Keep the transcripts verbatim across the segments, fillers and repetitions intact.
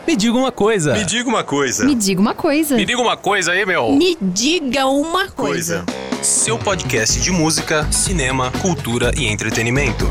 Me diga uma coisa. Me diga uma coisa. Me diga uma coisa. Me diga uma coisa aí, meu. Me diga uma coisa. Coisa. Seu podcast de música, cinema, cultura e entretenimento.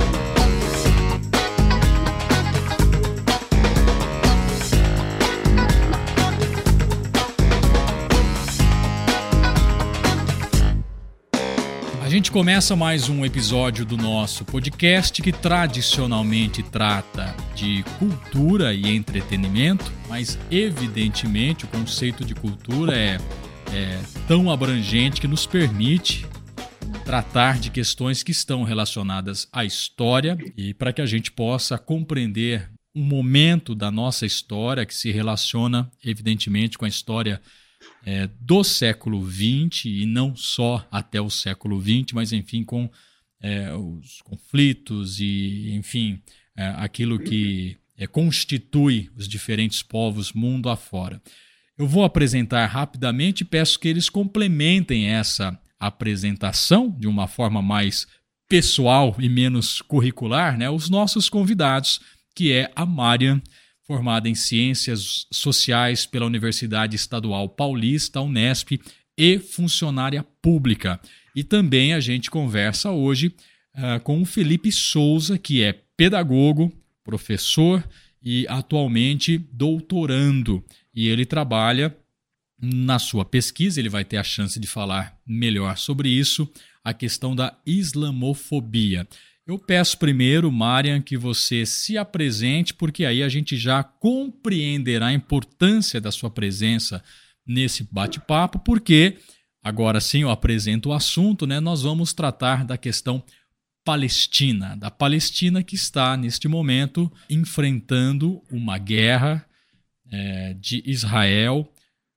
A gente começa mais um episódio do nosso podcast que tradicionalmente trata de cultura e entretenimento, mas evidentemente o conceito de cultura é, é tão abrangente que nos permite tratar de questões que estão relacionadas à história e para que a gente possa compreender um momento da nossa história que se relaciona evidentemente com a história É, do século vinte e não só até o século vinte, mas enfim com é, os conflitos e enfim é, aquilo que é, constitui os diferentes povos mundo afora. Eu vou apresentar rapidamente e peço que eles complementem essa apresentação de uma forma mais pessoal e menos curricular, né, os nossos convidados, que é a Marian, formada em Ciências Sociais pela Universidade Estadual Paulista, Unesp, e funcionária pública. E também a gente conversa hoje uh, com o Felipe Souza, que é pedagogo, professor e atualmente doutorando. E ele trabalha na sua pesquisa, ele vai ter a chance de falar melhor sobre isso, a questão da islamofobia. Eu peço primeiro, Marian, que você se apresente, porque aí a gente já compreenderá a importância da sua presença nesse bate-papo, porque, agora sim eu apresento o assunto, né? Nós vamos tratar da questão palestina, da Palestina que está, neste momento, enfrentando uma guerra é, de Israel,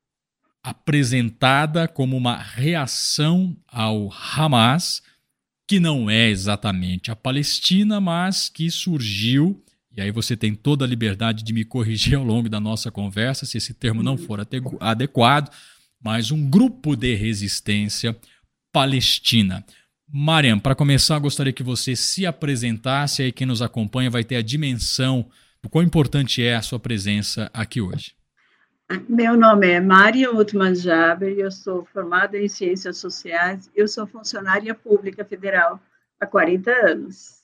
apresentada como uma reação ao Hamas, que não é exatamente a Palestina, mas que surgiu, e aí você tem toda a liberdade de me corrigir ao longo da nossa conversa, se esse termo não for adequado, mas um grupo de resistência palestina. Marian, para começar, gostaria que você se apresentasse, aí quem nos acompanha vai ter a dimensão do quão importante é a sua presença aqui hoje. Meu nome é Marian Uthman Jaber, eu sou formada em Ciências Sociais, eu sou funcionária pública federal há quarenta anos.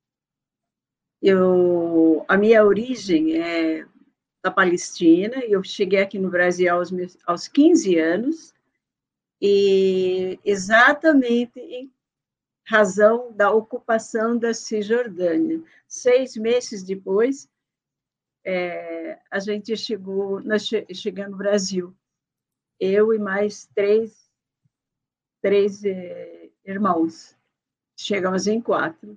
Eu, a minha origem é da Palestina, eu cheguei aqui no Brasil aos, meus, aos quinze anos, e exatamente em razão da ocupação da Cisjordânia. Seis meses depois, É, a gente chegou, nós chegamos no Brasil, eu e mais três, três é, irmãos, chegamos em quatro,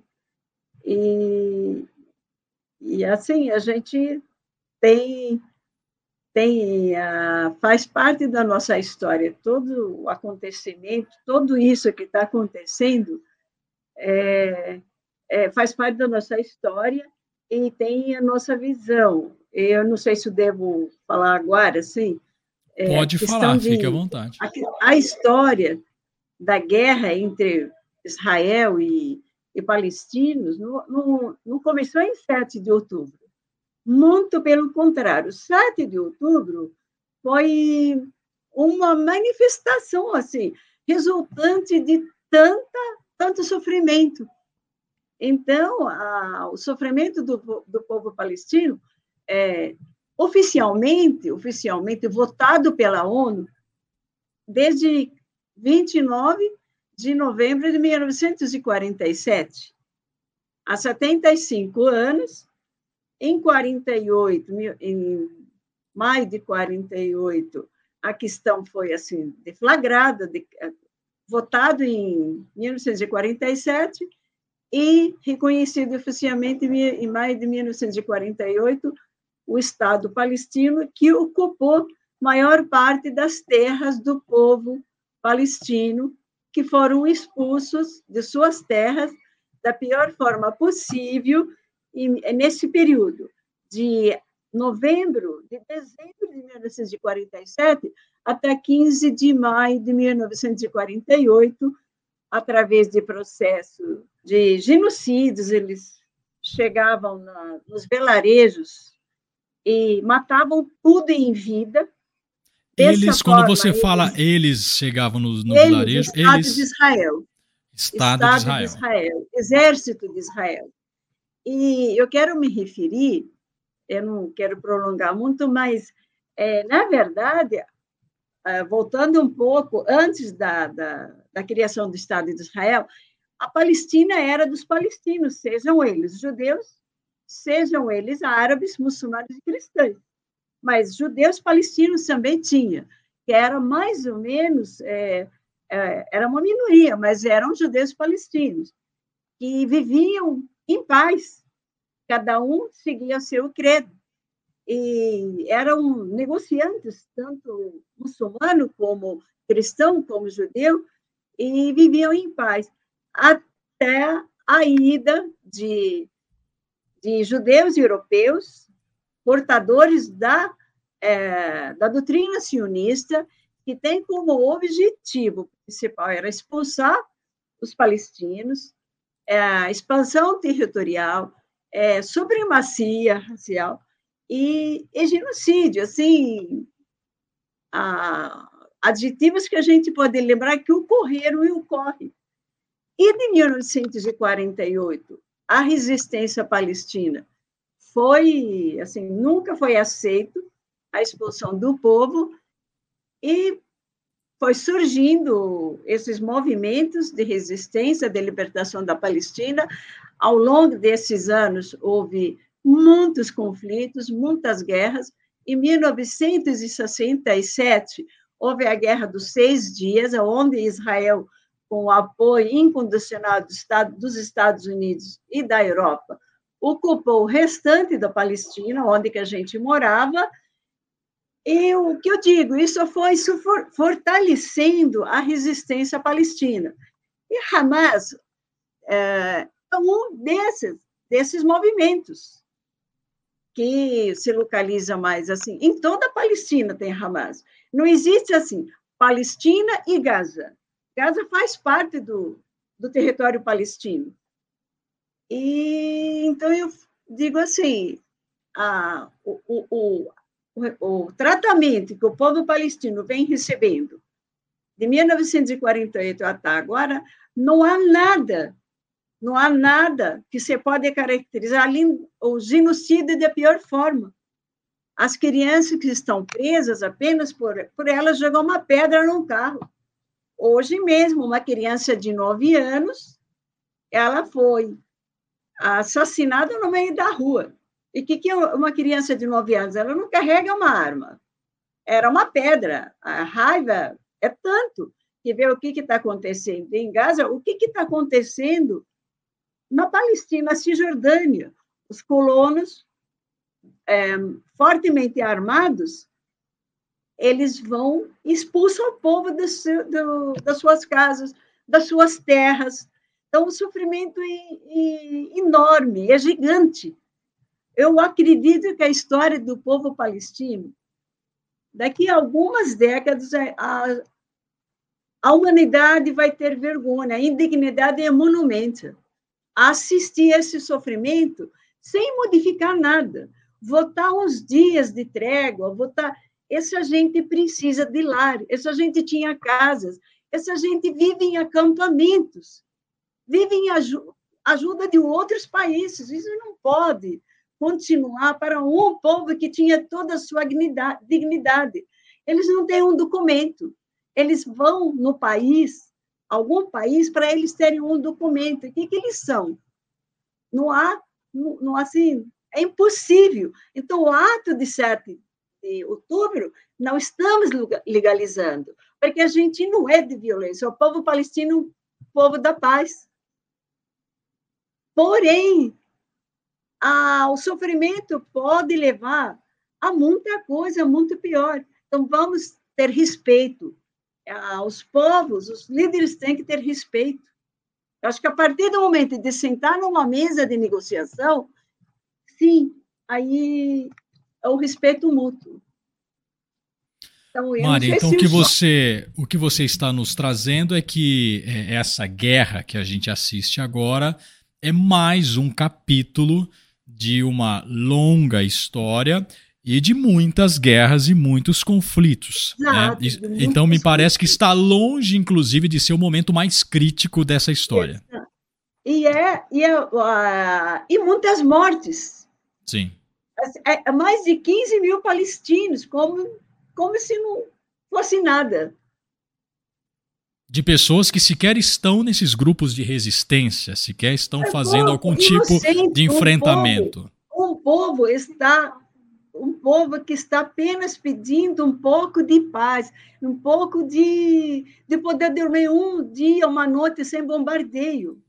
e, e assim, a gente tem, tem a, faz parte da nossa história, todo o acontecimento, tudo isso que está acontecendo, é, é, faz parte da nossa história, e tem a nossa visão. Eu não sei se eu devo falar agora, sim. É, Pode falar, de, fique à vontade. A, a história da guerra entre Israel e, e palestinos não, não, não começou em sete de outubro. Muito pelo contrário. sete de outubro foi uma manifestação assim, resultante de tanta, tanto sofrimento. Então, a, o sofrimento do, do povo palestino, é, oficialmente, oficialmente votado pela ONU, desde vinte e nove de novembro de mil novecentos e quarenta e sete, há setenta e cinco anos, em quarenta e oito, em maio de quarenta e oito, a questão foi assim deflagrada, de, votado em mil novecentos e quarenta e sete, e reconhecido oficialmente em maio de mil novecentos e quarenta e oito o Estado palestino, que ocupou maior parte das terras do povo palestino, que foram expulsos de suas terras da pior forma possível, e nesse período de novembro, de dezembro de mil novecentos e quarenta e sete até quinze de maio de mil novecentos e quarenta e oito, através de processo de genocídios, eles chegavam na, nos vilarejos e matavam tudo em vida. Eles, quando forma, você eles, fala eles chegavam no, no eles, vilarejo, Estado eles... de Israel. Estado, Estado de, Israel. de Israel. Exército de Israel. E eu quero me referir, eu não quero prolongar muito, mas, é, na verdade, é, voltando um pouco, antes da, da, da criação do Estado de Israel, a Palestina era dos palestinos, sejam eles judeus, sejam eles árabes, muçulmanos e cristãos. Mas judeus palestinos também tinha, que era mais ou menos, é, é, era uma minoria, mas eram judeus palestinos, que viviam em paz, cada um seguia seu credo, e eram negociantes, tanto muçulmano como cristão, como judeu, e viviam em paz, até a ida de, de judeus europeus, portadores da, é, da doutrina sionista, que tem como objetivo principal era expulsar os palestinos, é, a expansão territorial, é, supremacia racial e, e genocídio, assim, a, adjetivos que a gente pode lembrar que ocorreram e ocorrem. E de mil novecentos e quarenta e oito, a resistência palestina foi, assim, nunca foi aceito a expulsão do povo e foi surgindo esses movimentos de resistência, de libertação da Palestina. Ao longo desses anos, houve muitos conflitos, muitas guerras. Em mil novecentos e sessenta e sete, houve a Guerra dos Seis Dias, onde Israel, com o apoio incondicional do Estado, dos Estados Unidos e da Europa, ocupou o restante da Palestina, onde que a gente morava. E o que eu digo, isso foi isso for, fortalecendo a resistência palestina. E Hamas é, é um desses, desses movimentos que se localiza mais assim. Em toda a Palestina tem Hamas. Não existe assim, Palestina e Gaza. Gaza faz parte do, do território palestino. E, então, eu digo assim, a, o, o, o, o tratamento que o povo palestino vem recebendo de mil novecentos e quarenta e oito até agora, não há nada, não há nada que se pode caracterizar ali o genocídio da pior forma. As crianças que estão presas apenas por, por elas jogar uma pedra num carro. Hoje mesmo, uma criança de nove anos, ela foi assassinada no meio da rua. E o que, que é uma criança de nove anos? Ela não carrega uma arma. Era uma pedra. A raiva é tanto que vê o que está acontecendo em Gaza, o que está acontecendo na Palestina, na Cisjordânia. Os colonos, é, fortemente armados, eles vão expulsam o povo do seu, do, das suas casas, das suas terras. Então, o sofrimento é, é enorme, é gigante. Eu acredito que a história do povo palestino, daqui a algumas décadas, a, a humanidade vai ter vergonha, a indignidade é monumento. A assistir a esse sofrimento sem modificar nada. Votar uns dias de trégua, votar... Essa gente precisa de lar, essa gente tinha casas, essa gente vive em acampamentos, vive em aju- ajuda de outros países. Isso não pode continuar para um povo que tinha toda a sua dignidade. Eles não têm um documento. Eles vão no país, algum país, para eles terem um documento. O que, que eles são? Não há, não, não, assim, é impossível. Então, o ato de sete de outubro, não estamos legalizando, porque a gente não é de violência. O povo palestino é um povo da paz. Porém, a, o sofrimento pode levar a muita coisa, muito pior. Então, vamos ter respeito. Os povos, os líderes têm que ter respeito. Eu acho que a partir do momento de sentar numa mesa de negociação, sim, aí é o respeito mútuo. Então, Mari, então o que, você, o que você está nos trazendo é que essa guerra que a gente assiste agora é mais um capítulo de uma longa história e de muitas guerras e muitos conflitos. Exato, Né? de E, muitos então me parece que conflitos. está longe, inclusive, de ser o momento mais crítico dessa história. Exato. E, é, e, é, uh, e muitas mortes. Sim. É, mais de quinze mil palestinos, como, como se não fosse nada. De pessoas que sequer estão nesses grupos de resistência, sequer estão É fazendo povo algum tipo inocente, de enfrentamento. Um povo, um povo está, um povo que está apenas pedindo um pouco de paz, um pouco de, de poder dormir um dia, uma noite sem bombardeio.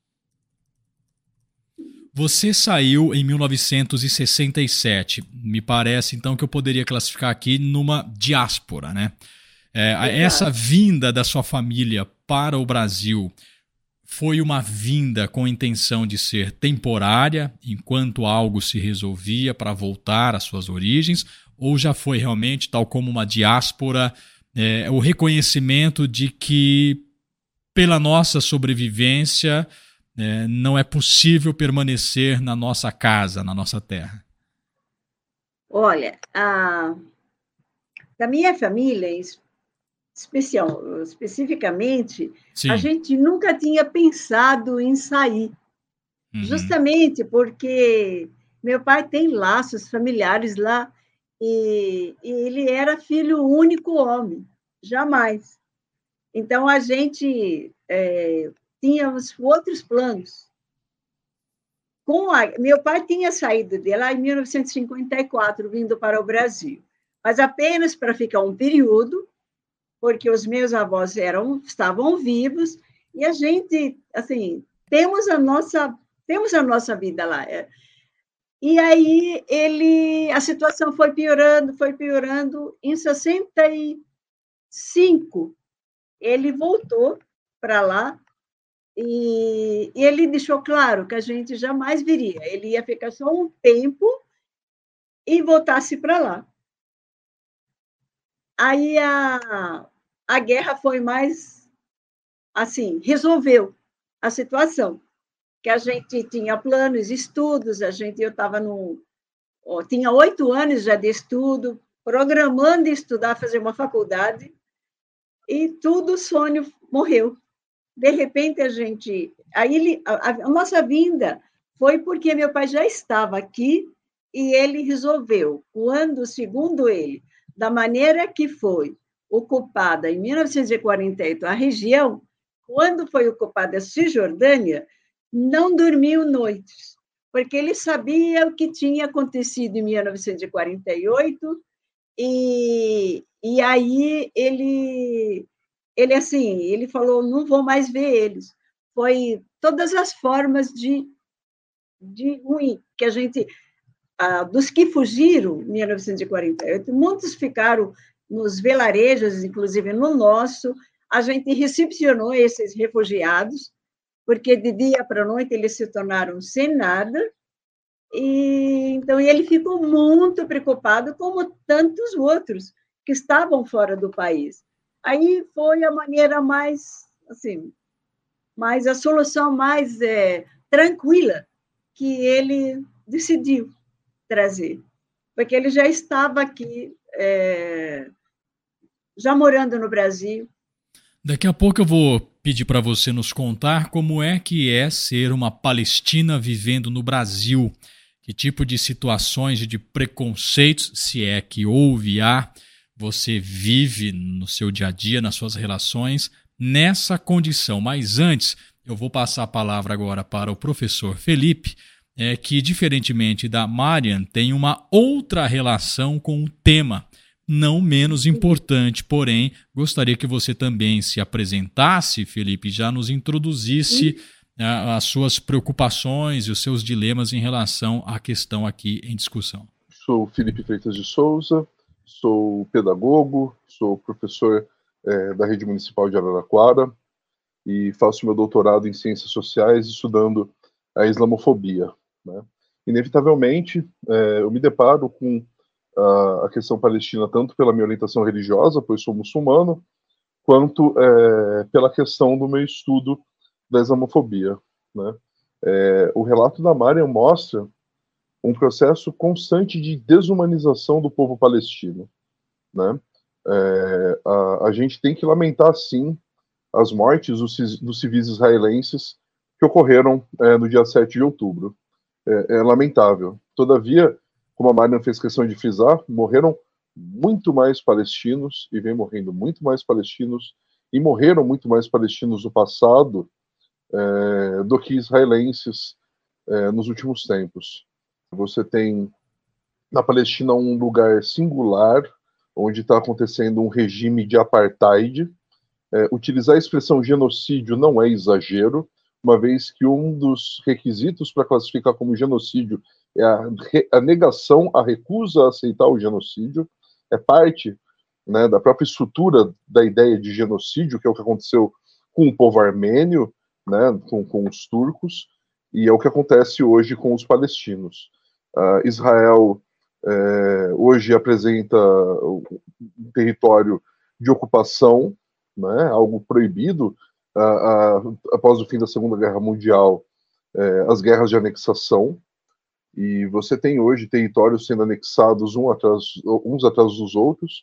Você saiu em mil novecentos e sessenta e sete. Me parece, então, que eu poderia classificar aqui numa diáspora, né? É, essa vinda da sua família para o Brasil foi uma vinda com a intenção de ser temporária, enquanto algo se resolvia para voltar às suas origens, ou já foi realmente, tal como uma diáspora, é, o reconhecimento de que, pela nossa sobrevivência, é, não é possível permanecer na nossa casa, na nossa terra? Olha, a, da minha família, especial, especificamente, Sim. a gente nunca tinha pensado em sair, uhum. justamente porque meu pai tem laços familiares lá e, e ele era filho único homem, jamais. Então, a gente é, tínhamos outros planos. Com a, meu pai tinha saído de lá em mil novecentos e cinquenta e quatro, vindo para o Brasil, mas apenas para ficar um período, porque os meus avós eram, estavam vivos, e a gente, assim, temos a nossa, temos a nossa vida lá. E aí, ele, a situação foi piorando, foi piorando. Em sessenta e cinco, ele voltou para lá, e, e ele deixou claro que a gente jamais viria. Ele ia ficar só um tempo e voltasse para lá. Aí a, a guerra foi mais, assim, resolveu a situação, que a gente tinha planos, estudos, a gente, eu estava no, ó, tinha oito anos já de estudo, programando estudar, fazer uma faculdade, e tudo o sonho morreu. De repente, a gente, aí ele, a, a nossa vinda foi porque meu pai já estava aqui e ele resolveu, quando, segundo ele, da maneira que foi ocupada em mil novecentos e quarenta e oito a região, quando foi ocupada a Cisjordânia, não dormiu noites, porque ele sabia o que tinha acontecido em mil novecentos e quarenta e oito, e, e aí ele, ele, assim, ele falou, não vou mais ver eles. Foi todas as formas de, de ruim, que a gente... Ah, dos que fugiram em mil novecentos e quarenta e oito, muitos ficaram nos vilarejos, inclusive no nosso. A gente recepcionou esses refugiados, porque de dia para noite eles se tornaram sem nada, e então ele ficou muito preocupado, como tantos outros que estavam fora do país. Aí foi a maneira mais, assim, mais a solução mais é, tranquila que ele decidiu trazer, porque ele já estava aqui, é, já morando no Brasil. Daqui a pouco eu vou pedir para você nos contar como é que é ser uma palestina vivendo no Brasil, que tipo de situações e de preconceitos, se é que houve e há, você vive no seu dia a dia, nas suas relações, nessa condição. Mas antes, eu vou passar a palavra agora para o professor Felipe, é que, diferentemente da Marian, tem uma outra relação com o tema, não menos importante, porém, gostaria que você também se apresentasse, Felipe, já nos introduzisse a, as suas preocupações e os seus dilemas em relação à questão aqui em discussão. Sou Felipe Freitas de Souza, sou pedagogo, sou professor é, da Rede Municipal de Araraquara e faço meu doutorado em Ciências Sociais estudando a islamofobia. Né? Inevitavelmente, é, eu me deparo com a, a questão palestina tanto pela minha orientação religiosa, pois sou muçulmano, quanto é, pela questão do meu estudo da islamofobia. Né? É, o relato da Marian mostra um processo constante de desumanização do povo palestino, né? É, a, a gente tem que lamentar, sim, as mortes dos, dos civis israelenses que ocorreram é, no dia sete de outubro. É, é lamentável. Todavia, como a Mariana fez questão de frisar, morreram muito mais palestinos, e vem morrendo muito mais palestinos, e morreram muito mais palestinos no passado é, do que israelenses é, nos últimos tempos. Você tem na Palestina um lugar singular, onde está acontecendo um regime de apartheid. É, utilizar a expressão genocídio não é exagero, uma vez que um dos requisitos para classificar como genocídio é a, a negação, a recusa a aceitar o genocídio. É parte, né, da própria estrutura da ideia de genocídio, que é o que aconteceu com o povo armênio, né, com, com os turcos, e é o que acontece hoje com os palestinos. Uh, Israel é, hoje apresenta um território de ocupação, né, algo proibido uh, uh, após o fim da Segunda Guerra Mundial, uh, as guerras de anexação, e você tem hoje territórios sendo anexados um atrás, uns atrás dos outros,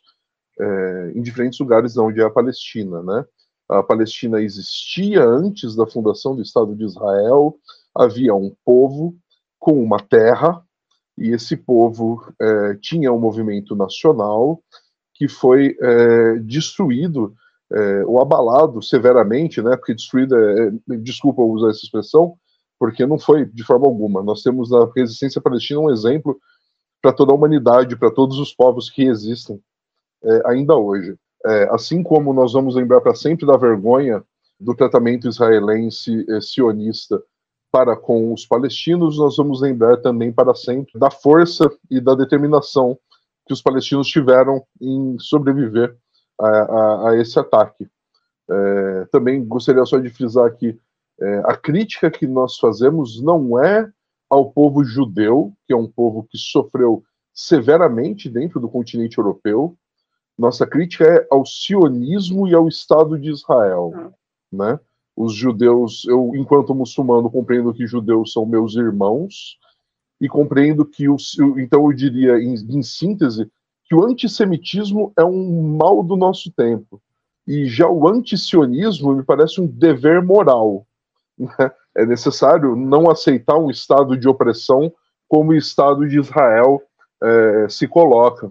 uh, em diferentes lugares onde é a Palestina, né? A Palestina existia antes da fundação do Estado de Israel, havia um povo com uma terra, e esse povo é, tinha um movimento nacional que foi é, destruído é, ou abalado severamente, né? Porque destruído, é, é, desculpa usar essa expressão, porque não foi de forma alguma. Nós temos na resistência palestina um exemplo para toda a humanidade, para todos os povos que existem é, ainda hoje. É, assim como nós vamos lembrar para sempre da vergonha do tratamento israelense é, sionista para com os palestinos, nós vamos lembrar também para sempre da força e da determinação que os palestinos tiveram em sobreviver a, a, a esse ataque. É, também gostaria só de frisar que é, a crítica que nós fazemos não é ao povo judeu, que é um povo que sofreu severamente dentro do continente europeu. Nossa crítica é ao sionismo e ao Estado de Israel, ah. né? Os judeus, eu, enquanto muçulmano, compreendo que judeus são meus irmãos, e compreendo que, o, então eu diria, em, em síntese, que o antissemitismo é um mal do nosso tempo. E já o antisionismo me parece um dever moral. Né? É necessário não aceitar um estado de opressão como o Estado de Israel é, se coloca.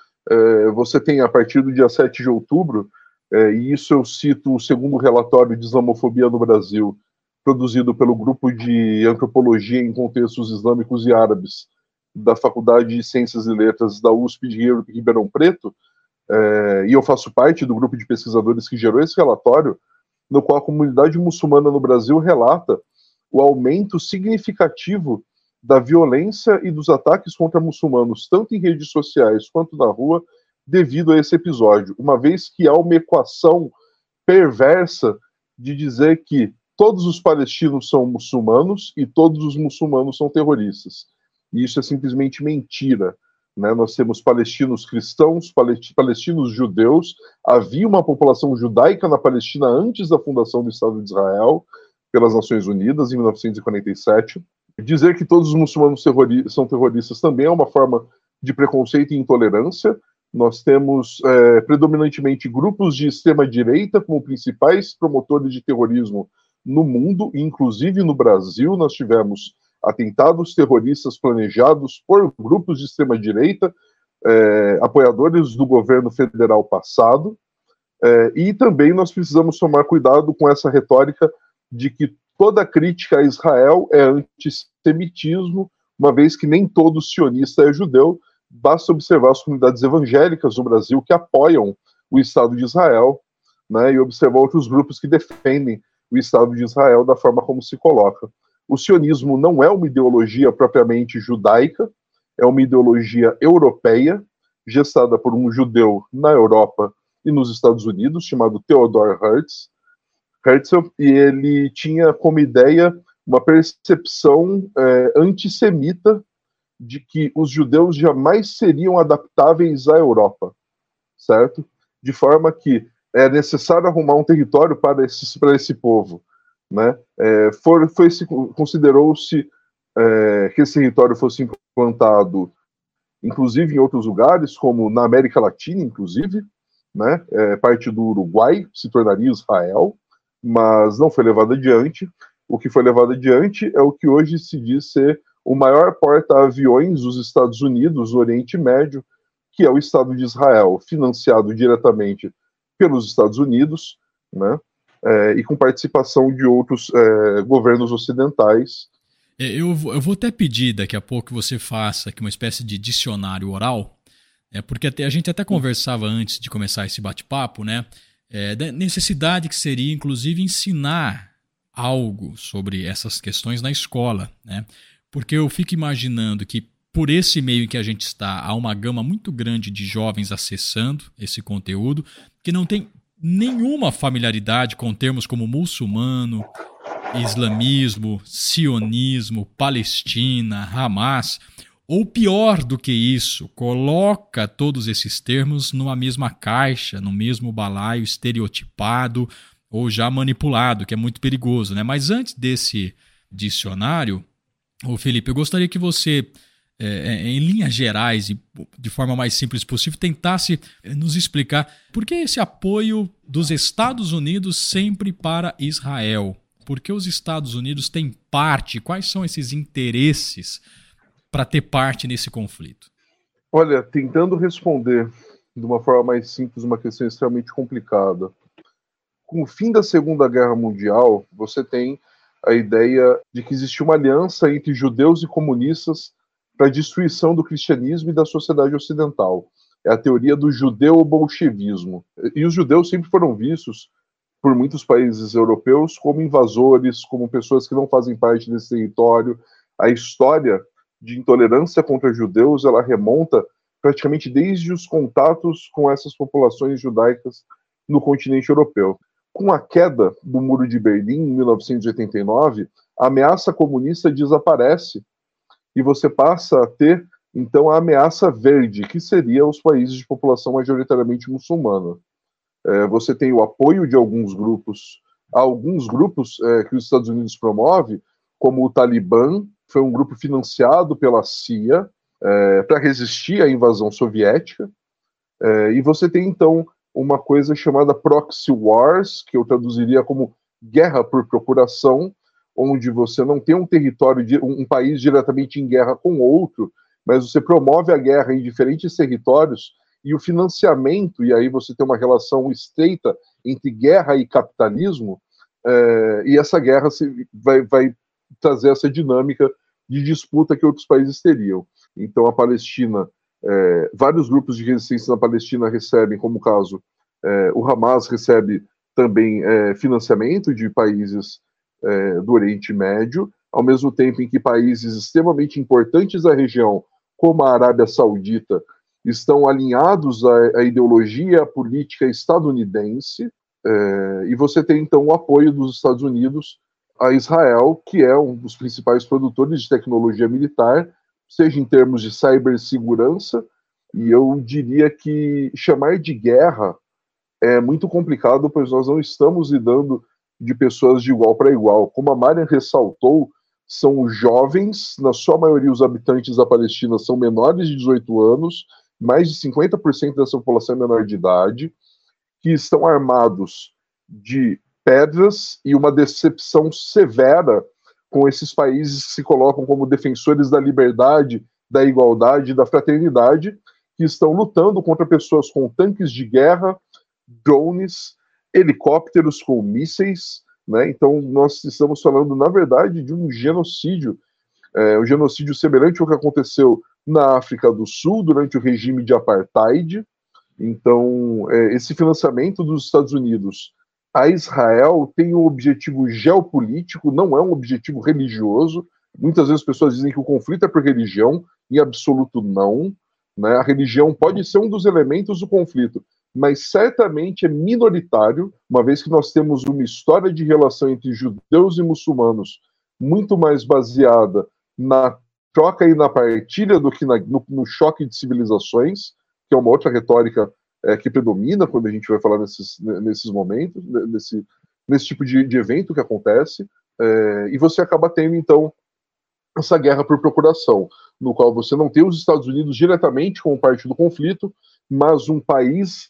É, você tem, a partir do dia sete de outubro, É, e isso eu cito o segundo relatório de islamofobia no Brasil, produzido pelo Grupo de Antropologia em Contextos Islâmicos e Árabes da Faculdade de Ciências e Letras da U S P de Ribeirão Preto, é, e eu faço parte do grupo de pesquisadores que gerou esse relatório, no qual a comunidade muçulmana no Brasil relata o aumento significativo da violência e dos ataques contra muçulmanos, tanto em redes sociais quanto na rua, devido a esse episódio, uma vez que há uma equação perversa de dizer que todos os palestinos são muçulmanos e todos os muçulmanos são terroristas. E isso é simplesmente mentira. Né? Nós temos palestinos cristãos, palestinos judeus, havia uma população judaica na Palestina antes da fundação do Estado de Israel, pelas Nações Unidas, em mil novecentos e quarenta e sete. Dizer que todos os muçulmanos terrori- são terroristas também é uma forma de preconceito e intolerância. Nós temos é, predominantemente grupos de extrema-direita como principais promotores de terrorismo no mundo, inclusive no Brasil. Nós tivemos atentados terroristas planejados por grupos de extrema-direita, é, apoiadores do governo federal passado, é, e também nós precisamos tomar cuidado com essa retórica de que toda crítica a Israel é antissemitismo, uma vez que nem todo sionista é judeu. Basta observar as comunidades evangélicas no Brasil que apoiam o Estado de Israel, né, e observar outros grupos que defendem o Estado de Israel da forma como se coloca. O sionismo não é uma ideologia propriamente judaica, é uma ideologia europeia, gestada por um judeu na Europa e nos Estados Unidos, chamado Theodor Herzl, Herzl e ele tinha como ideia uma percepção é, antissemita de que os judeus jamais seriam adaptáveis à Europa, certo? De forma que é necessário arrumar um território para esse, para esse povo, né? É, for, foi, considerou-se é, que esse território fosse implantado, inclusive em outros lugares, como na América Latina, inclusive, né, é, parte do Uruguai se tornaria Israel, mas não foi levado adiante. O que foi levado adiante é o que hoje se diz ser o maior porta-aviões dos Estados Unidos no Oriente Médio, que é o Estado de Israel, financiado diretamente pelos Estados Unidos, né, é, e com participação de outros é, governos ocidentais. Eu, eu vou até pedir daqui a pouco que você faça aqui uma espécie de dicionário oral, é, porque até, a gente até conversava antes de começar esse bate-papo, né, é, da necessidade que seria, inclusive, ensinar algo sobre essas questões na escola, né, porque eu fico imaginando que por esse meio em que a gente está, há uma gama muito grande de jovens acessando esse conteúdo que não tem nenhuma familiaridade com termos como muçulmano, islamismo, sionismo, Palestina, Hamas, ou pior do que isso, coloca todos esses termos numa mesma caixa, no mesmo balaio estereotipado ou já manipulado, que é muito perigoso, né? Mas antes desse dicionário, ô Felipe, eu gostaria que você, é, em linhas gerais e de forma mais simples possível, tentasse nos explicar por que esse apoio dos Estados Unidos sempre para Israel. Por que os Estados Unidos têm parte? Quais são esses interesses para ter parte nesse conflito? Olha, tentando responder de uma forma mais simples uma questão extremamente complicada. Com o fim da Segunda Guerra Mundial, você tem a ideia de que existia uma aliança entre judeus e comunistas para a destruição do cristianismo e da sociedade ocidental. É a teoria do judeu-bolchevismo. E os judeus sempre foram vistos por muitos países europeus como invasores, como pessoas que não fazem parte desse território. A história de intolerância contra judeus, ela remonta praticamente desde os contatos com essas populações judaicas no continente europeu. Com a queda do Muro de Berlim, em mil novecentos e oitenta e nove, a ameaça comunista desaparece e você passa a ter, então, a ameaça verde, que seria os países de população majoritariamente muçulmana. É, você tem o apoio de alguns grupos, alguns grupos é, que os Estados Unidos promove, como o Talibã, foi um grupo financiado pela C I A é, para resistir à invasão soviética, é, e você tem então uma coisa chamada proxy wars, que eu traduziria como guerra por procuração, onde você não tem um território, de, um país diretamente em guerra com outro, mas você promove a guerra em diferentes territórios. E o financiamento, e aí você tem uma relação estreita entre guerra e capitalismo, é, e essa guerra se, vai, vai trazer essa dinâmica de disputa que outros países teriam. Então a Palestina, é, vários grupos de resistência na Palestina recebem, como o caso, é, o Hamas recebe também é, financiamento de países é, do Oriente Médio, ao mesmo tempo em que países extremamente importantes da região, como a Arábia Saudita, estão alinhados à, à ideologia política estadunidense, é, e você tem, então, o apoio dos Estados Unidos a Israel, que é um dos principais produtores de tecnologia militar, seja em termos de cibersegurança, e eu diria que chamar de guerra é muito complicado, pois nós não estamos lidando de pessoas de igual para igual. Como a Marian ressaltou, são jovens, na sua maioria os habitantes da Palestina são menores de dezoito anos, mais de cinquenta por cento dessa população é menor de idade, que estão armados de pedras e uma decepção severa com esses países que se colocam como defensores da liberdade, da igualdade e da fraternidade, que estão lutando contra pessoas com tanques de guerra, drones, helicópteros com mísseis, né? Então nós estamos falando, na verdade, de um genocídio, é, um genocídio semelhante ao que aconteceu na África do Sul durante o regime de apartheid. Então, é, esse financiamento dos Estados Unidos a Israel tem um objetivo geopolítico, não é um objetivo religioso. Muitas vezes as pessoas dizem que o conflito é por religião, em absoluto não, né? A religião pode ser um dos elementos do conflito, mas certamente é minoritário, uma vez que nós temos uma história de relação entre judeus e muçulmanos muito mais baseada na troca e na partilha do que na, no, no choque de civilizações, que é uma outra retórica é, que predomina quando a gente vai falar nesses, nesses momentos, nesse, nesse tipo de, de evento que acontece, é, e você acaba tendo, então, essa guerra por procuração, no qual você não tem os Estados Unidos diretamente como parte do conflito, mas um país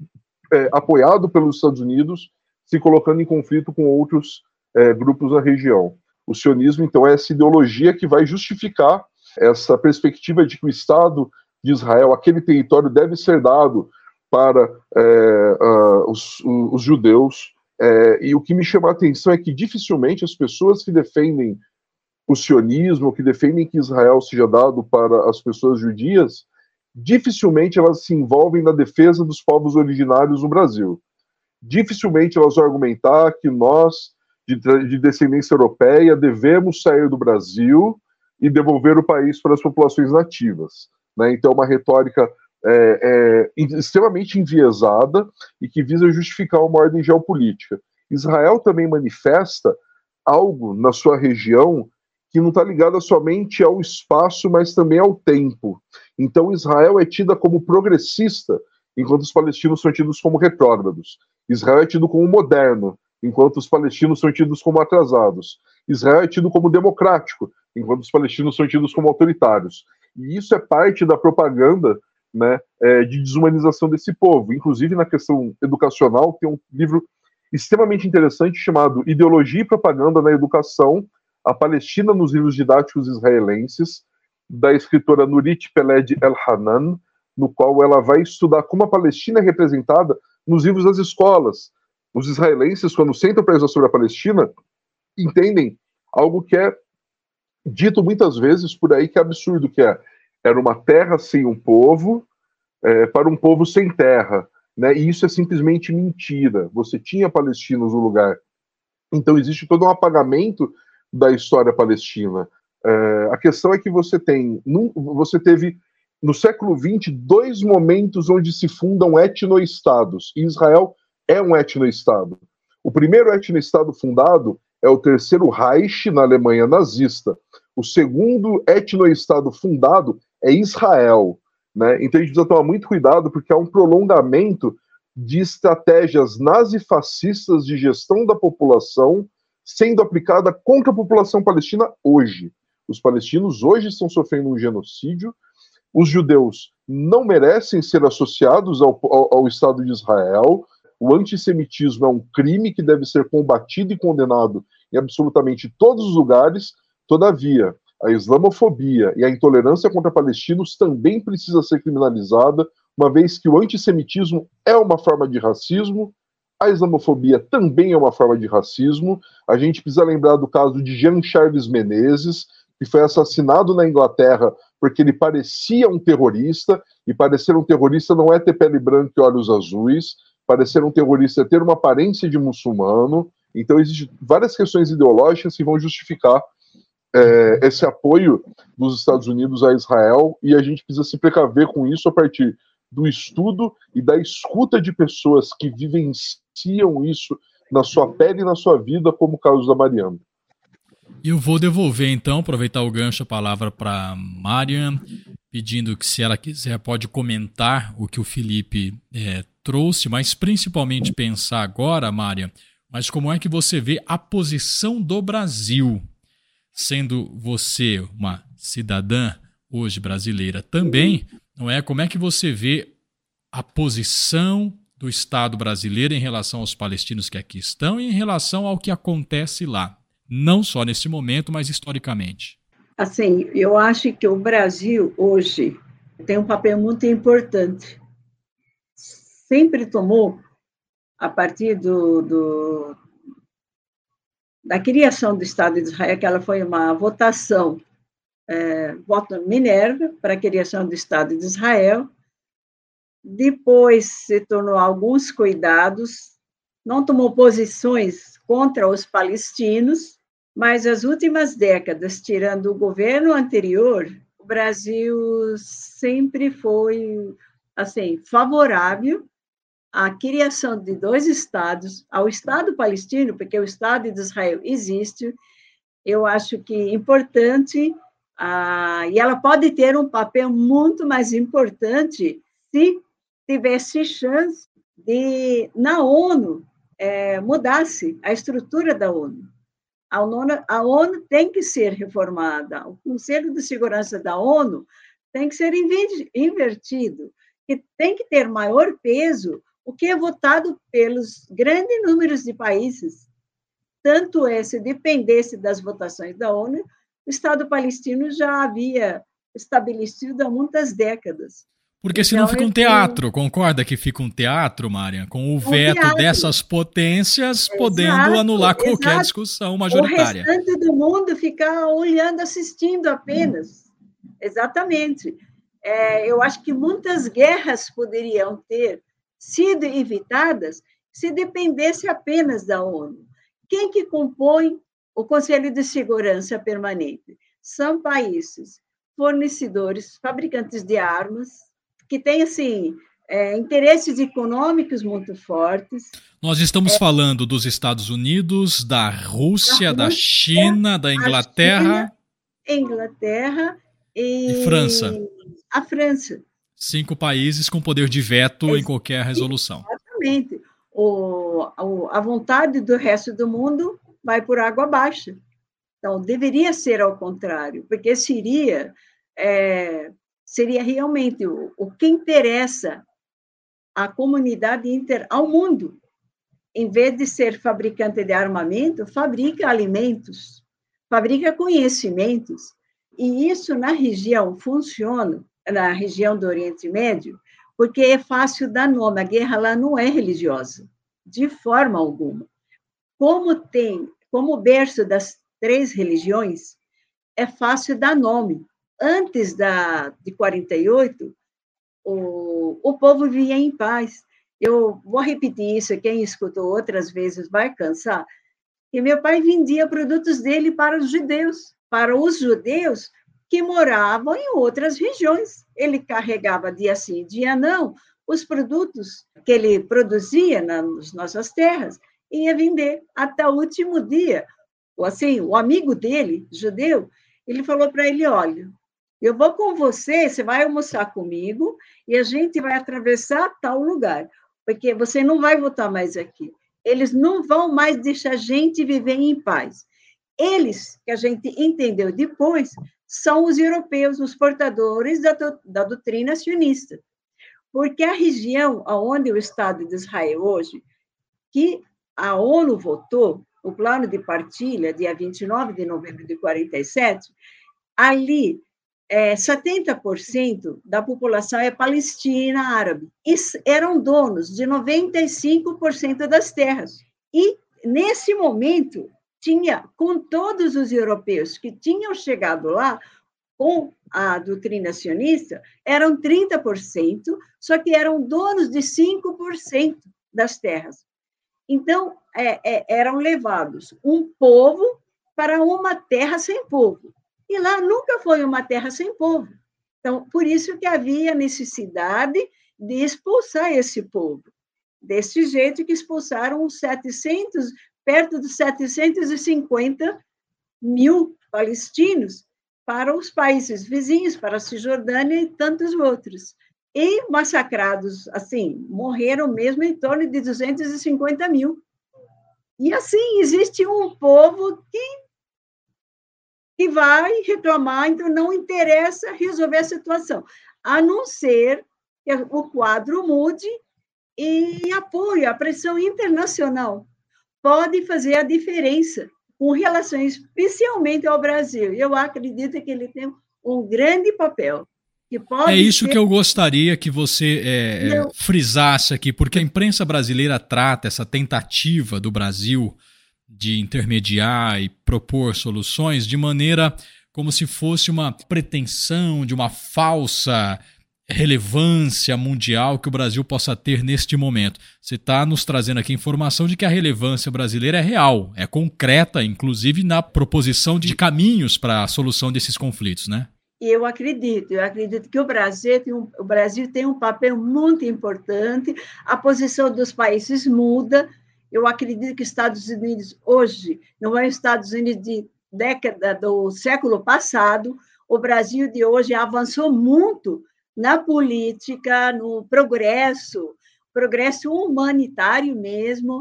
é, apoiado pelos Estados Unidos se colocando em conflito com outros é, grupos da região. O sionismo, então, é essa ideologia que vai justificar essa perspectiva de que o Estado de Israel, aquele território, deve ser dado para é, uh, os, os judeus. É, e o que me chama a atenção é que dificilmente as pessoas que defendem o sionismo, que defendem que Israel seja dado para as pessoas judias, dificilmente elas se envolvem na defesa dos povos originários no Brasil. Dificilmente elas vão argumentar que nós, de, de descendência europeia, devemos sair do Brasil e devolver o país para as populações nativas. Né? Então, é uma retórica é, é, extremamente enviesada e que visa justificar uma ordem geopolítica. Israel também manifesta algo na sua região que não está ligado somente ao espaço, mas também ao tempo. Então, Israel é tida como progressista, enquanto os palestinos são tidos como retrógrados. Israel é tido como moderno, enquanto os palestinos são tidos como atrasados. Israel é tido como democrático, enquanto os palestinos são tidos como autoritários. E isso é parte da propaganda, né, é, de desumanização desse povo. Inclusive, na questão educacional, tem um livro extremamente interessante chamado Ideologia e Propaganda na Educação, a Palestina nos livros didáticos israelenses, da escritora Nurit Peled El-Hanan, no qual ela vai estudar como a Palestina é representada nos livros das escolas. Os israelenses, quando sentam para estudar sobre a Palestina, entendem algo que é dito muitas vezes por aí, que é absurdo, que é, era uma terra sem um povo, é, para um povo sem terra. Né? E isso é simplesmente mentira. Você tinha palestinos no lugar. Então existe todo um apagamento da história palestina. É, a questão é que você tem, num, você teve no século vinte dois momentos onde se fundam etnoestados, e Israel é um etnoestado. O primeiro etnoestado fundado é o Terceiro Reich, na Alemanha nazista. O segundo etnoestado fundado é Israel. Né? Então a gente precisa tomar muito cuidado, porque há um prolongamento de estratégias nazifascistas de gestão da população sendo aplicada contra a população palestina hoje. Os palestinos hoje estão sofrendo um genocídio, os judeus não merecem ser associados ao, ao, ao Estado de Israel, o antissemitismo é um crime que deve ser combatido e condenado em absolutamente todos os lugares, todavia, a islamofobia e a intolerância contra palestinos também precisa ser criminalizada, uma vez que o antissemitismo é uma forma de racismo, a islamofobia também é uma forma de racismo. A gente precisa lembrar do caso de Jean Charles Menezes, que foi assassinado na Inglaterra porque ele parecia um terrorista, e parecer um terrorista não é ter pele branca e olhos azuis, parecer um terrorista é ter uma aparência de muçulmano. Então existem várias questões ideológicas que vão justificar é, esse apoio dos Estados Unidos a Israel, e a gente precisa se precaver com isso a partir do estudo e da escuta de pessoas que vivenciam isso na sua pele e na sua vida, como o caso da Mariana. Eu vou devolver, então, aproveitar o gancho, a palavra para Marian, pedindo que, se ela quiser, pode comentar o que o Felipe é, trouxe, mas principalmente pensar agora, Marian, mas como é que você vê a posição do Brasil, sendo você uma cidadã hoje brasileira também, não é? Como é que você vê a posição do Estado brasileiro em relação aos palestinos que aqui estão e em relação ao que acontece lá? Não só nesse momento, mas historicamente. Assim, eu acho que o Brasil, hoje, tem um papel muito importante. Sempre tomou, a partir do, do, da criação do Estado de Israel, que ela foi uma votação, é, voto Minerva, para a criação do Estado de Israel. Depois se tornou alguns cuidados, não tomou posições contra os palestinos, mas as últimas décadas, tirando o governo anterior, o Brasil sempre foi assim favorável à criação de dois estados, ao Estado palestino, porque o Estado de Israel existe. Eu acho que é importante, ah, e ela pode ter um papel muito mais importante se tivesse chance de, na ONU, é, mudasse a estrutura da ONU. A ONU, a ONU tem que ser reformada, o Conselho de Segurança da ONU tem que ser invertido, e tem que ter maior peso o que é votado pelos grandes números de países. Tanto é, se dependesse das votações da ONU, o Estado palestino já havia estabelecido há muitas décadas. Porque senão fica um teatro, concorda que fica um teatro, Marian? Com o veto teatro. dessas potências Exato, podendo anular qualquer exato. discussão majoritária. O restante do mundo ficar olhando, assistindo apenas. Exatamente. É, eu acho que muitas guerras poderiam ter sido evitadas se dependesse apenas da ONU. Quem que compõe o Conselho de Segurança Permanente? São países fornecedores, fabricantes de armas, que têm, assim, é, interesses econômicos muito fortes. Nós estamos é, falando dos Estados Unidos, da Rússia, da, Rússia, da China, da Inglaterra... China, Inglaterra e... e França. A França. Cinco países com poder de veto Ex- em qualquer resolução. Exatamente. O, o, a vontade do resto do mundo vai por água abaixo. Então, deveria ser ao contrário, porque seria... É, seria realmente o, o que interessa à comunidade inter, ao mundo. Em vez de ser fabricante de armamento, fabrica alimentos, fabrica conhecimentos. E isso, na região, funciona, na região do Oriente Médio, porque é fácil dar nome. A guerra lá não é religiosa, de forma alguma. Como tem, como berço das três religiões, é fácil dar nome. Antes da, de quarenta e oito, o, o povo vivia em paz. Eu vou repetir isso, quem escutou outras vezes vai cansar, que meu pai vendia produtos dele para os judeus, para os judeus que moravam em outras regiões. Ele carregava dia sim, dia não, os produtos que ele produzia nas nossas terras, e ia vender até o último dia. Assim, o amigo dele, judeu, ele falou para ele, olha, eu vou com você, você vai almoçar comigo e a gente vai atravessar tal lugar, porque você não vai voltar mais aqui. Eles não vão mais deixar a gente viver em paz. Eles, que a gente entendeu depois, são os europeus, os portadores da, da doutrina sionista. Porque a região onde o Estado de Israel hoje, que a ONU votou, o plano de partilha, dia vinte e nove de novembro de quarenta e sete, ali, é, setenta por cento da população é palestina árabe. E eram donos de noventa e cinco por cento das terras. E, nesse momento, tinha, com todos os europeus que tinham chegado lá, com a doutrina sionista, eram trinta por cento, só que eram donos de cinco por cento das terras. Então, é, é, eram levados um povo para uma terra sem povo. E lá nunca foi uma terra sem povo. Então, por isso que havia necessidade de expulsar esse povo. Desse jeito que expulsaram os setecentos, perto de setecentos e cinquenta mil palestinos para os países vizinhos, para a Cisjordânia e tantos outros. E massacrados, assim, morreram mesmo em torno de duzentos e cinquenta mil. E, assim, existe um povo que que vai reclamar, então não interessa resolver a situação, a não ser que o quadro mude e apoio, a pressão internacional pode fazer a diferença com relação especialmente ao Brasil. Eu acredito que ele tem um grande papel. Que pode é isso ser... que eu gostaria que você é, é, frisasse aqui, porque a imprensa brasileira trata essa tentativa do Brasil de intermediar e propor soluções de maneira como se fosse uma pretensão de uma falsa relevância mundial que o Brasil possa ter neste momento. Você está nos trazendo aqui informação de que a relevância brasileira é real, é concreta, inclusive na proposição de caminhos para a solução desses conflitos, né? Eu acredito, eu acredito que o Brasil, tem um, o Brasil tem um papel muito importante, a posição dos países muda. Eu acredito que os Estados Unidos hoje não é os Estados Unidos de década do século passado. O Brasil de hoje avançou muito na política, no progresso, progresso humanitário mesmo.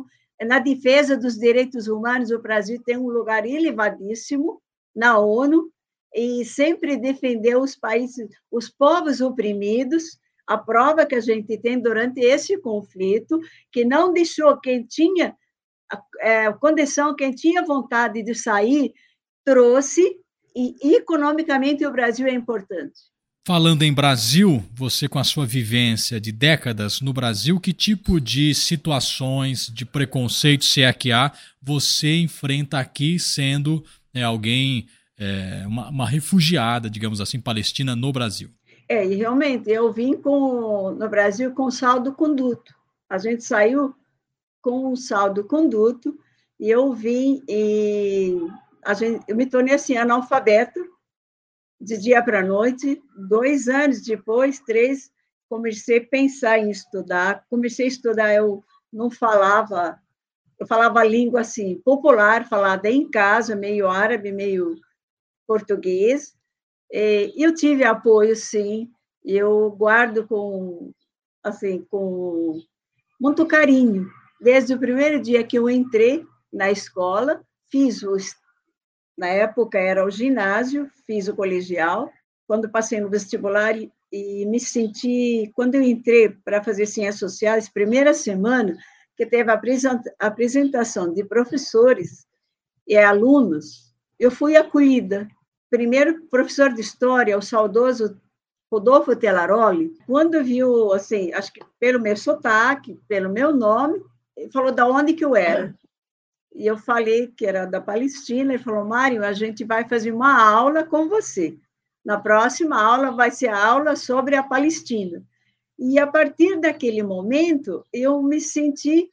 na defesa dos direitos humanos, o Brasil tem um lugar elevadíssimo na ONU e sempre defendeu os países, os povos oprimidos. A prova que a gente tem durante esse conflito, que não deixou quem tinha é, condição, quem tinha vontade de sair, trouxe, e economicamente o Brasil é importante. Falando em Brasil, você com a sua vivência de décadas no Brasil, que tipo de situações, de preconceito, se é que há, você enfrenta aqui sendo é, alguém, é, uma, uma refugiada, digamos assim, palestina no Brasil? É, e realmente, eu vim com, no Brasil com saldo-conduto. A gente saiu com um saldo-conduto e eu vim e a gente, eu me tornei assim, analfabeta, de dia para a noite. Dois anos depois, três, comecei a pensar em estudar. Comecei a estudar, eu não falava, eu falava a língua assim, popular, falada em casa, meio árabe, meio português. Eu tive apoio, sim, eu guardo com, assim, com muito carinho. Desde o primeiro dia que eu entrei na escola, fiz o, na época era o ginásio, fiz o colegial, quando passei no vestibular e, e me senti, quando eu entrei para fazer ciências sociais, primeira semana, que teve a apresentação de professores e alunos, eu fui acolhida. Primeiro professor de história, o saudoso Rodolfo Telaroli, quando viu, assim, acho que pelo meu sotaque, pelo meu nome, ele falou de onde que eu era. E eu falei que era da Palestina, ele falou, Mário, a gente vai fazer uma aula com você. Na próxima aula vai ser a aula sobre a Palestina. E a partir daquele momento, eu me senti,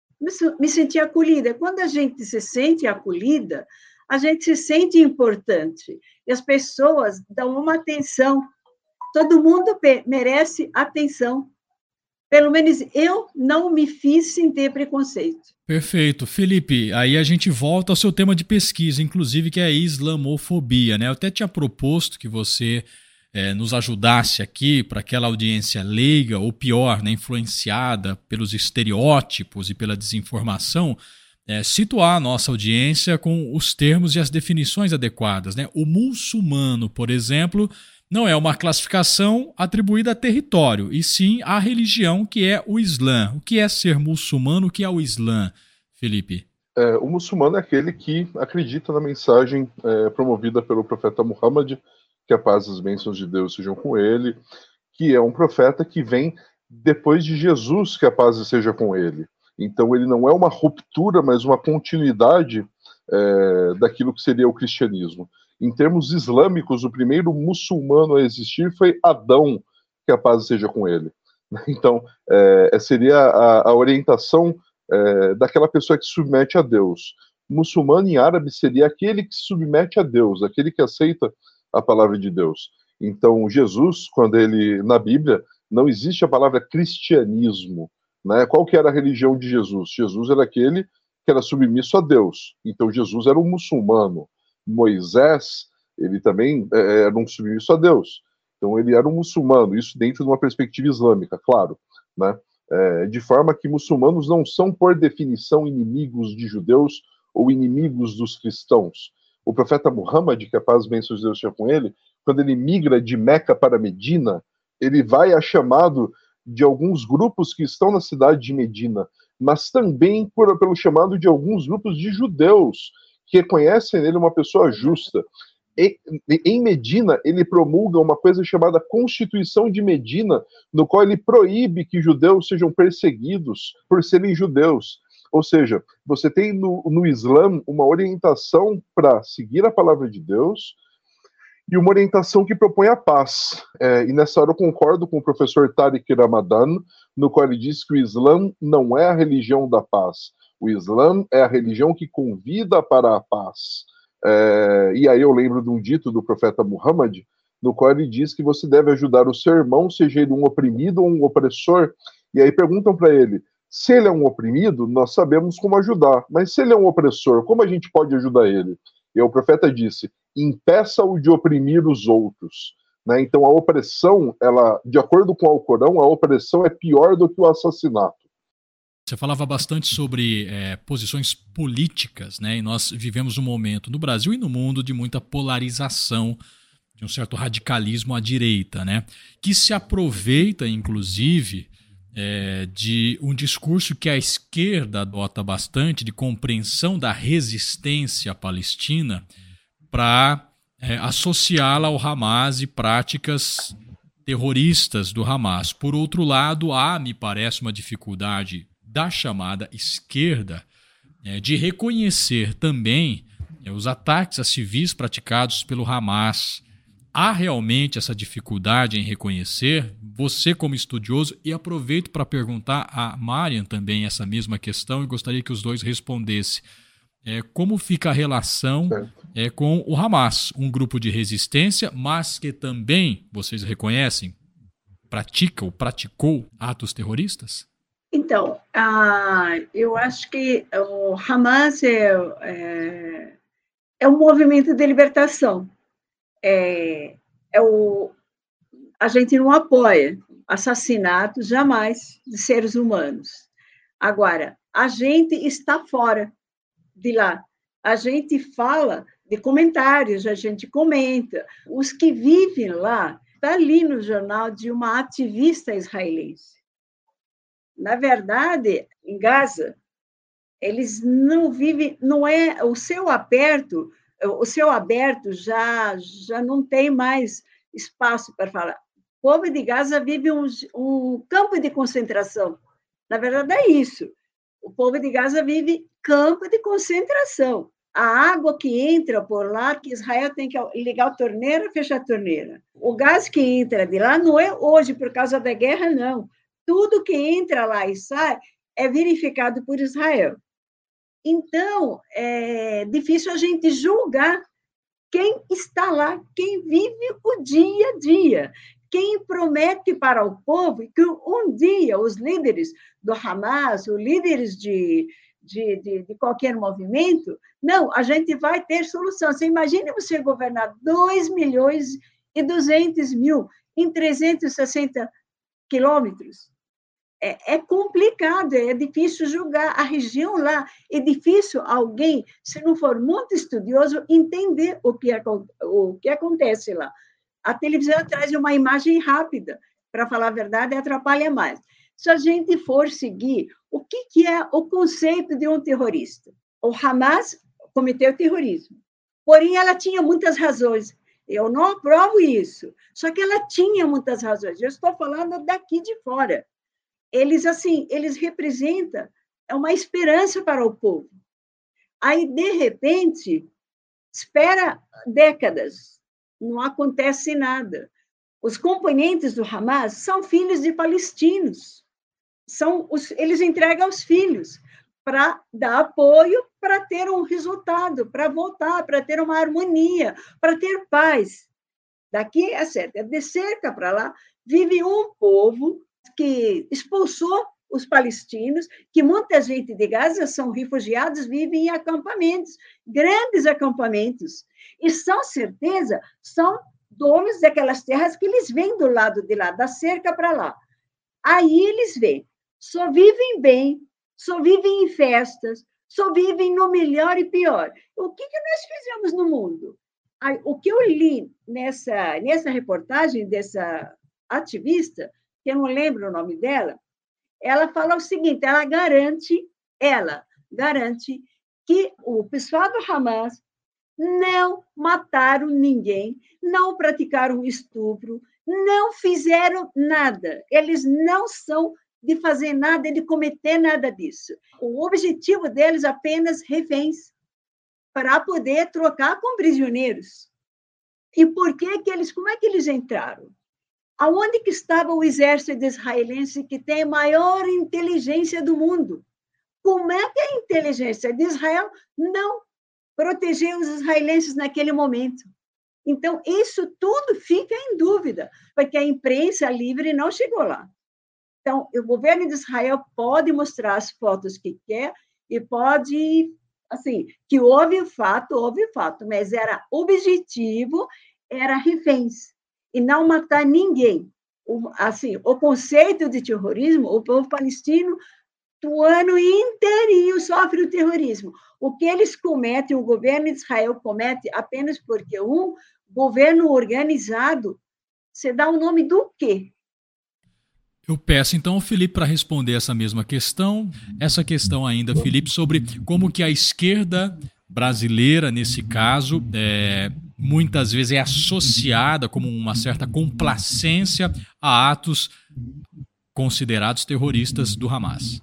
me senti acolhida. Quando a gente se sente acolhida, a gente se sente importante, e as pessoas dão uma atenção, todo mundo merece atenção, pelo menos eu não me fiz sem ter preconceito. Perfeito. Felipe, aí a gente volta ao seu tema de pesquisa, inclusive, que é a islamofobia, né? Eu até tinha proposto que você é, nos ajudasse aqui para aquela audiência leiga, ou pior, né, influenciada pelos estereótipos e pela desinformação, É, situar a nossa audiência com os termos e as definições adequadas, né? O muçulmano, por exemplo, não é uma classificação atribuída a território, e sim à religião que é o Islã. O que é ser muçulmano? O que é o Islã, Felipe? É, o muçulmano é aquele que acredita na mensagem é, promovida pelo profeta Muhammad, que a paz e as bênçãos de Deus sejam com ele, que é um profeta que vem depois de Jesus, que a paz seja com ele. Então, ele não é uma ruptura, mas uma continuidade é, daquilo que seria o cristianismo. Em termos islâmicos, o primeiro muçulmano a existir foi Adão, que a paz seja com ele. Então, é, seria a, a orientação é, daquela pessoa que se submete a Deus. Muçulmano em árabe seria aquele que se submete a Deus, aquele que aceita a palavra de Deus. Então, Jesus, quando ele, na Bíblia, não existe a palavra cristianismo. Né? Qual que era a religião de Jesus? Jesus era aquele que era submisso a Deus. Então Jesus era um muçulmano. Moisés, ele também é, era um submisso a Deus. Então ele era um muçulmano, isso dentro de uma perspectiva islâmica, claro. Né? É, de forma que muçulmanos não são, por definição, inimigos de judeus ou inimigos dos cristãos. O profeta Muhammad, que a paz e bênçãos de Deus seja com ele, quando ele migra de Meca para Medina, ele vai a chamado de alguns grupos que estão na cidade de Medina, mas também por, pelo chamado de alguns grupos de judeus que reconhecem nele uma pessoa justa. E, em Medina, ele promulga uma coisa chamada Constituição de Medina, no qual ele proíbe que judeus sejam perseguidos por serem judeus. Ou seja, você tem no, no Islã uma orientação para seguir a palavra de Deus, e uma orientação que propõe a paz. É, e nessa hora eu concordo com o professor Tariq Ramadan, no qual ele diz que o Islã não é a religião da paz. O Islã é a religião que convida para a paz. É, e aí eu lembro de um dito do profeta Muhammad, no qual ele diz que você deve ajudar o seu irmão, seja ele um oprimido ou um opressor. E aí perguntam para ele, se ele é um oprimido, nós sabemos como ajudar. Mas se ele é um opressor, como a gente pode ajudar ele? E o profeta disse, impeça-o de oprimir os outros. Né? Então a opressão, ela, de acordo com o Alcorão, a opressão é pior do que o assassinato. Você falava bastante sobre é, posições políticas, né? E nós vivemos um momento no Brasil e no mundo de muita polarização, de um certo radicalismo à direita, né? Que se aproveita, inclusive, é, de um discurso que a esquerda adota bastante, de compreensão da resistência palestina, para é, associá-la ao Hamas e práticas terroristas do Hamas. Por outro lado, há, me parece, uma dificuldade da chamada esquerda é, de reconhecer também é, os ataques a civis praticados pelo Hamas. Há realmente essa dificuldade em reconhecer? Você como estudioso, e aproveito para perguntar a Marian também essa mesma questão e gostaria que os dois respondessem. É, como fica a relação é, com o Hamas, um grupo de resistência, mas que também, vocês reconhecem, pratica ou praticou atos terroristas? Então, ah, eu acho que o Hamas é, é, é um movimento de libertação. É, é o, a gente não apoia assassinatos, jamais, de seres humanos. Agora, a gente está fora de lá. A gente fala de comentários, a gente comenta. Os que vivem lá, está ali no jornal de uma ativista israelense. Na verdade, em Gaza, eles não vivem, não é o céu aberto, o céu aberto já já não tem mais espaço para falar. O povo de Gaza vive um, um campo de concentração. Na verdade, é isso. O povo de Gaza vive campo de concentração. A água que entra por lá, que Israel tem que ligar a torneira, fechar a torneira. O gás que entra de lá não é hoje por causa da guerra, não. Tudo que entra lá e sai é verificado por Israel. Então, é difícil a gente julgar quem está lá, quem vive o dia a dia, quem promete para o povo que um dia os líderes do Hamas, os líderes de, de, de, de qualquer movimento, não, a gente vai ter solução. Você imagina você governar dois milhões e duzentos mil em trezentos e sessenta quilômetros? É, é complicado, é difícil julgar a região lá, é difícil alguém, se não for muito estudioso, entender o que, é, o que acontece lá. A televisão traz uma imagem rápida, para falar a verdade, atrapalha mais. Se a gente for seguir, o que, que é o conceito de um terrorista? O Hamas cometeu terrorismo, porém ela tinha muitas razões. Eu não aprovo isso, só que ela tinha muitas razões. Eu estou falando daqui de fora. Eles, assim, eles representam uma esperança para o povo. Aí, de repente, espera décadas, não acontece nada. Os componentes do Hamas são filhos de palestinos. São os, eles entregam os filhos para dar apoio, para ter um resultado, para voltar, para ter uma harmonia, para ter paz. Daqui é certo, é de cerca para lá, vive um povo que expulsou os palestinos, que muita gente de Gaza são refugiados, vivem em acampamentos, grandes acampamentos, e são certeza, são donos daquelas terras que eles vêm do lado de lá, da cerca para lá. Aí eles vêm, só vivem bem, só vivem em festas, só vivem no melhor e pior. O que, que nós fizemos no mundo? Aí, o que eu li nessa, nessa reportagem dessa ativista, que eu não lembro o nome dela, ela fala o seguinte, ela garante, ela garante que o pessoal do Hamas não mataram ninguém, não praticaram estupro, não fizeram nada. Eles não são de fazer nada, de cometer nada disso. O objetivo deles é apenas reféns, para poder trocar com prisioneiros. E por que que eles, como é que eles entraram? Aonde que estava o exército israelense que tem a maior inteligência do mundo? Como é que a inteligência de Israel não protegeu os israelenses naquele momento? Então, isso tudo fica em dúvida, porque a imprensa livre não chegou lá. Então, o governo de Israel pode mostrar as fotos que quer e pode, assim, que houve fato, houve fato, mas era objetivo, era reféns. E não matar ninguém. O, assim, o conceito de terrorismo, o povo palestino o ano inteirinho sofre o terrorismo. O que eles cometem, o governo de Israel comete apenas porque um governo organizado, você dá o nome do quê? Eu peço então ao Felipe para responder essa mesma questão, essa questão ainda, Felipe, sobre como que a esquerda brasileira, nesse caso, é, muitas vezes é associada como uma certa complacência a atos considerados terroristas do Hamas.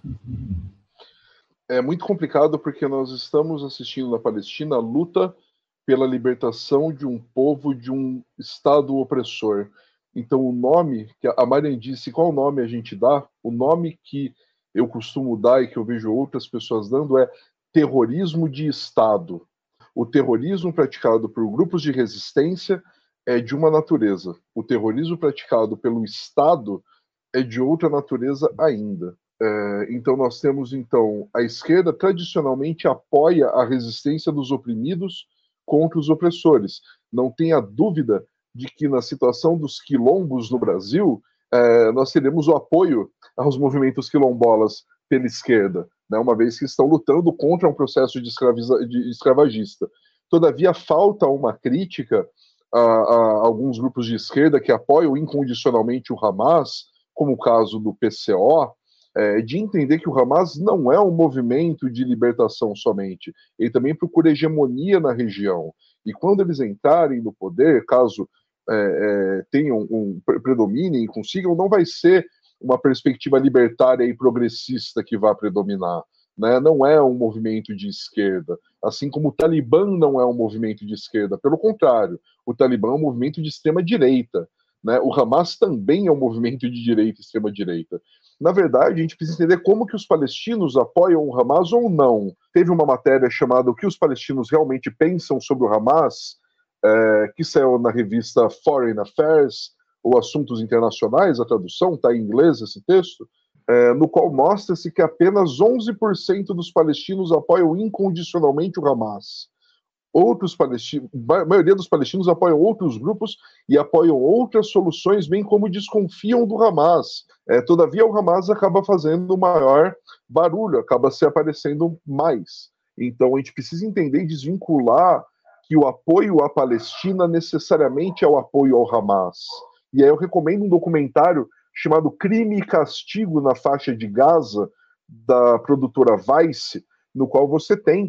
É muito complicado porque nós estamos assistindo na Palestina a luta pela libertação de um povo de um Estado opressor. Então, o nome, que a Marian disse, qual nome a gente dá? O nome que eu costumo dar e que eu vejo outras pessoas dando é terrorismo de Estado. O terrorismo praticado por grupos de resistência é de uma natureza. O terrorismo praticado pelo Estado é de outra natureza ainda. É, então, nós temos, então, a esquerda tradicionalmente apoia a resistência dos oprimidos contra os opressores. Não tenha dúvida de que na situação dos quilombos no Brasil, eh, nós teremos o apoio aos movimentos quilombolas pela esquerda, né, uma vez que estão lutando contra um processo de, escraviza, de escravagista. Todavia, falta uma crítica a, a alguns grupos de esquerda que apoiam incondicionalmente o Hamas, como o caso do P C O, eh, de entender que o Hamas não é um movimento de libertação somente, ele também procura hegemonia na região. E quando eles entrarem no poder, caso É, é, tenham um predominem e consigam, não vai ser uma perspectiva libertária e progressista que vai predominar, né? Não é um movimento de esquerda, assim como o Talibã não é um movimento de esquerda, pelo contrário, o Talibã é um movimento de extrema-direita, né? O Hamas também é um movimento de direita e extrema-direita. Na verdade, a gente precisa entender como que os palestinos apoiam o Hamas ou não. Teve uma matéria chamada O que os palestinos realmente pensam sobre o Hamas, É, que saiu na revista Foreign Affairs, ou Assuntos Internacionais, a tradução, está em inglês esse texto, é, no qual mostra-se que apenas onze por cento dos palestinos apoiam incondicionalmente o Hamas. Outros palestinos, a maioria dos palestinos apoiam outros grupos e apoiam outras soluções, bem como desconfiam do Hamas. É, todavia, o Hamas acaba fazendo maior barulho, acaba se aparecendo mais. Então, a gente precisa entender e desvincular que o apoio à Palestina necessariamente é o apoio ao Hamas. E aí eu recomendo um documentário chamado Crime e Castigo na Faixa de Gaza, da produtora Vice, no qual você tem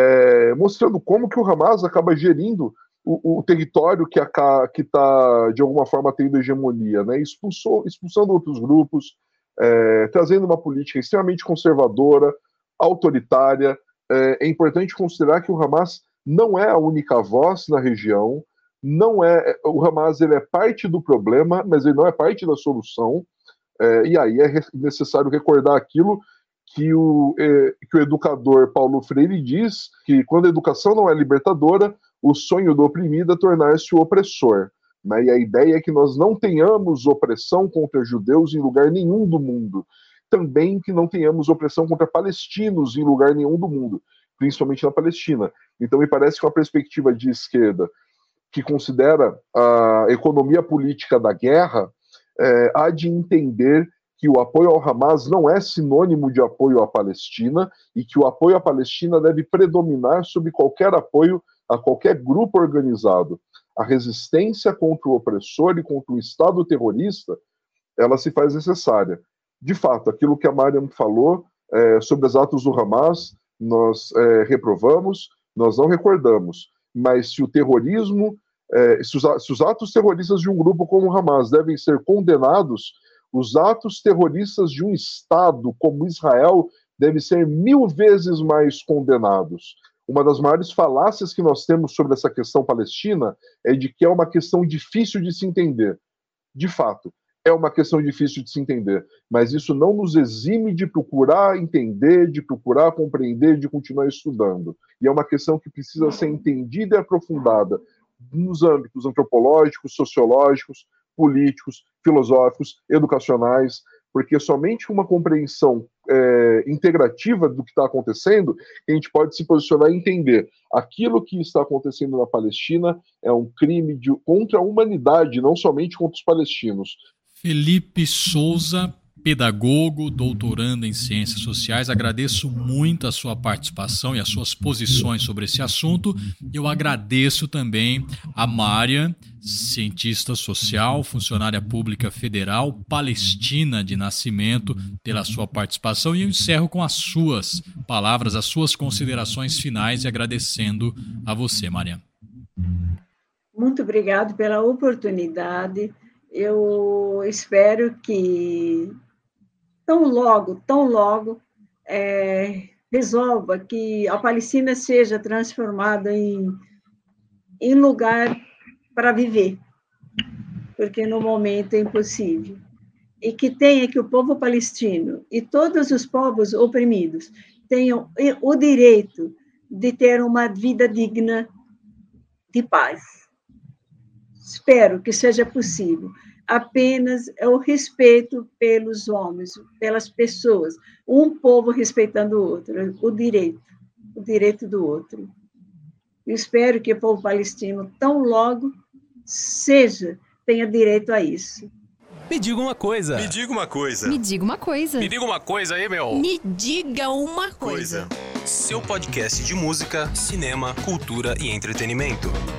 é, mostrando como que o Hamas acaba gerindo o, o território que está, de alguma forma, tendo hegemonia, né? Expulsou, expulsando outros grupos, é, trazendo uma política extremamente conservadora, autoritária. É, é importante considerar que o Hamas não é a única voz na região, não é, o Hamas ele é parte do problema, mas ele não é parte da solução, é, e aí é necessário recordar aquilo que o, é, que o educador Paulo Freire diz, que quando a educação não é libertadora, o sonho do oprimido é tornar-se o opressor. Né? E a ideia é que nós não tenhamos opressão contra judeus em lugar nenhum do mundo, também que não tenhamos opressão contra palestinos em lugar nenhum do mundo, principalmente na Palestina. Então, me parece que uma perspectiva de esquerda que considera a economia política da guerra é, há de entender que o apoio ao Hamas não é sinônimo de apoio à Palestina e que o apoio à Palestina deve predominar sobre qualquer apoio a qualquer grupo organizado. A resistência contra o opressor e contra o Estado terrorista, ela se faz necessária. De fato, aquilo que a Mariam falou é, sobre os atos do Hamas, nós é, reprovamos, nós não recordamos, mas se o terrorismo, é, se, os, se os atos terroristas de um grupo como o Hamas devem ser condenados, os atos terroristas de um Estado como Israel devem ser mil vezes mais condenados. Uma das maiores falácias que nós temos sobre essa questão palestina é de que é uma questão difícil de se entender. De fato, é uma questão difícil de se entender, mas isso não nos exime de procurar entender, de procurar compreender, de continuar estudando. E é uma questão que precisa ser entendida e aprofundada nos âmbitos antropológicos, sociológicos, políticos, filosóficos, educacionais, porque somente uma compreensão é, integrativa do que está acontecendo, a gente pode se posicionar e entender aquilo que está acontecendo na Palestina é um crime de, contra a humanidade, não somente contra os palestinos. Felipe Souza, pedagogo, doutorando em Ciências Sociais. Agradeço muito a sua participação e as suas posições sobre esse assunto. Eu agradeço também a Mária, cientista social, funcionária pública federal, palestina de nascimento, pela sua participação. E eu encerro com as suas palavras, as suas considerações finais, e agradecendo a você, Mária. Muito obrigado pela oportunidade. Eu espero que tão logo, tão logo, é, resolva que a Palestina seja transformada em, em lugar para viver, porque no momento é impossível. E que tenha que o povo palestino e todos os povos oprimidos tenham o direito de ter uma vida digna de paz. Espero que seja possível. Apenas é o respeito pelos homens, pelas pessoas, um povo respeitando o outro, o direito, o direito do outro. Eu espero que o povo palestino, tão logo seja, tenha direito a isso. Me diga uma coisa. Me diga uma coisa. Me diga uma coisa. Me diga uma coisa aí, meu. Me diga uma coisa. Seu podcast de música, cinema, cultura e entretenimento.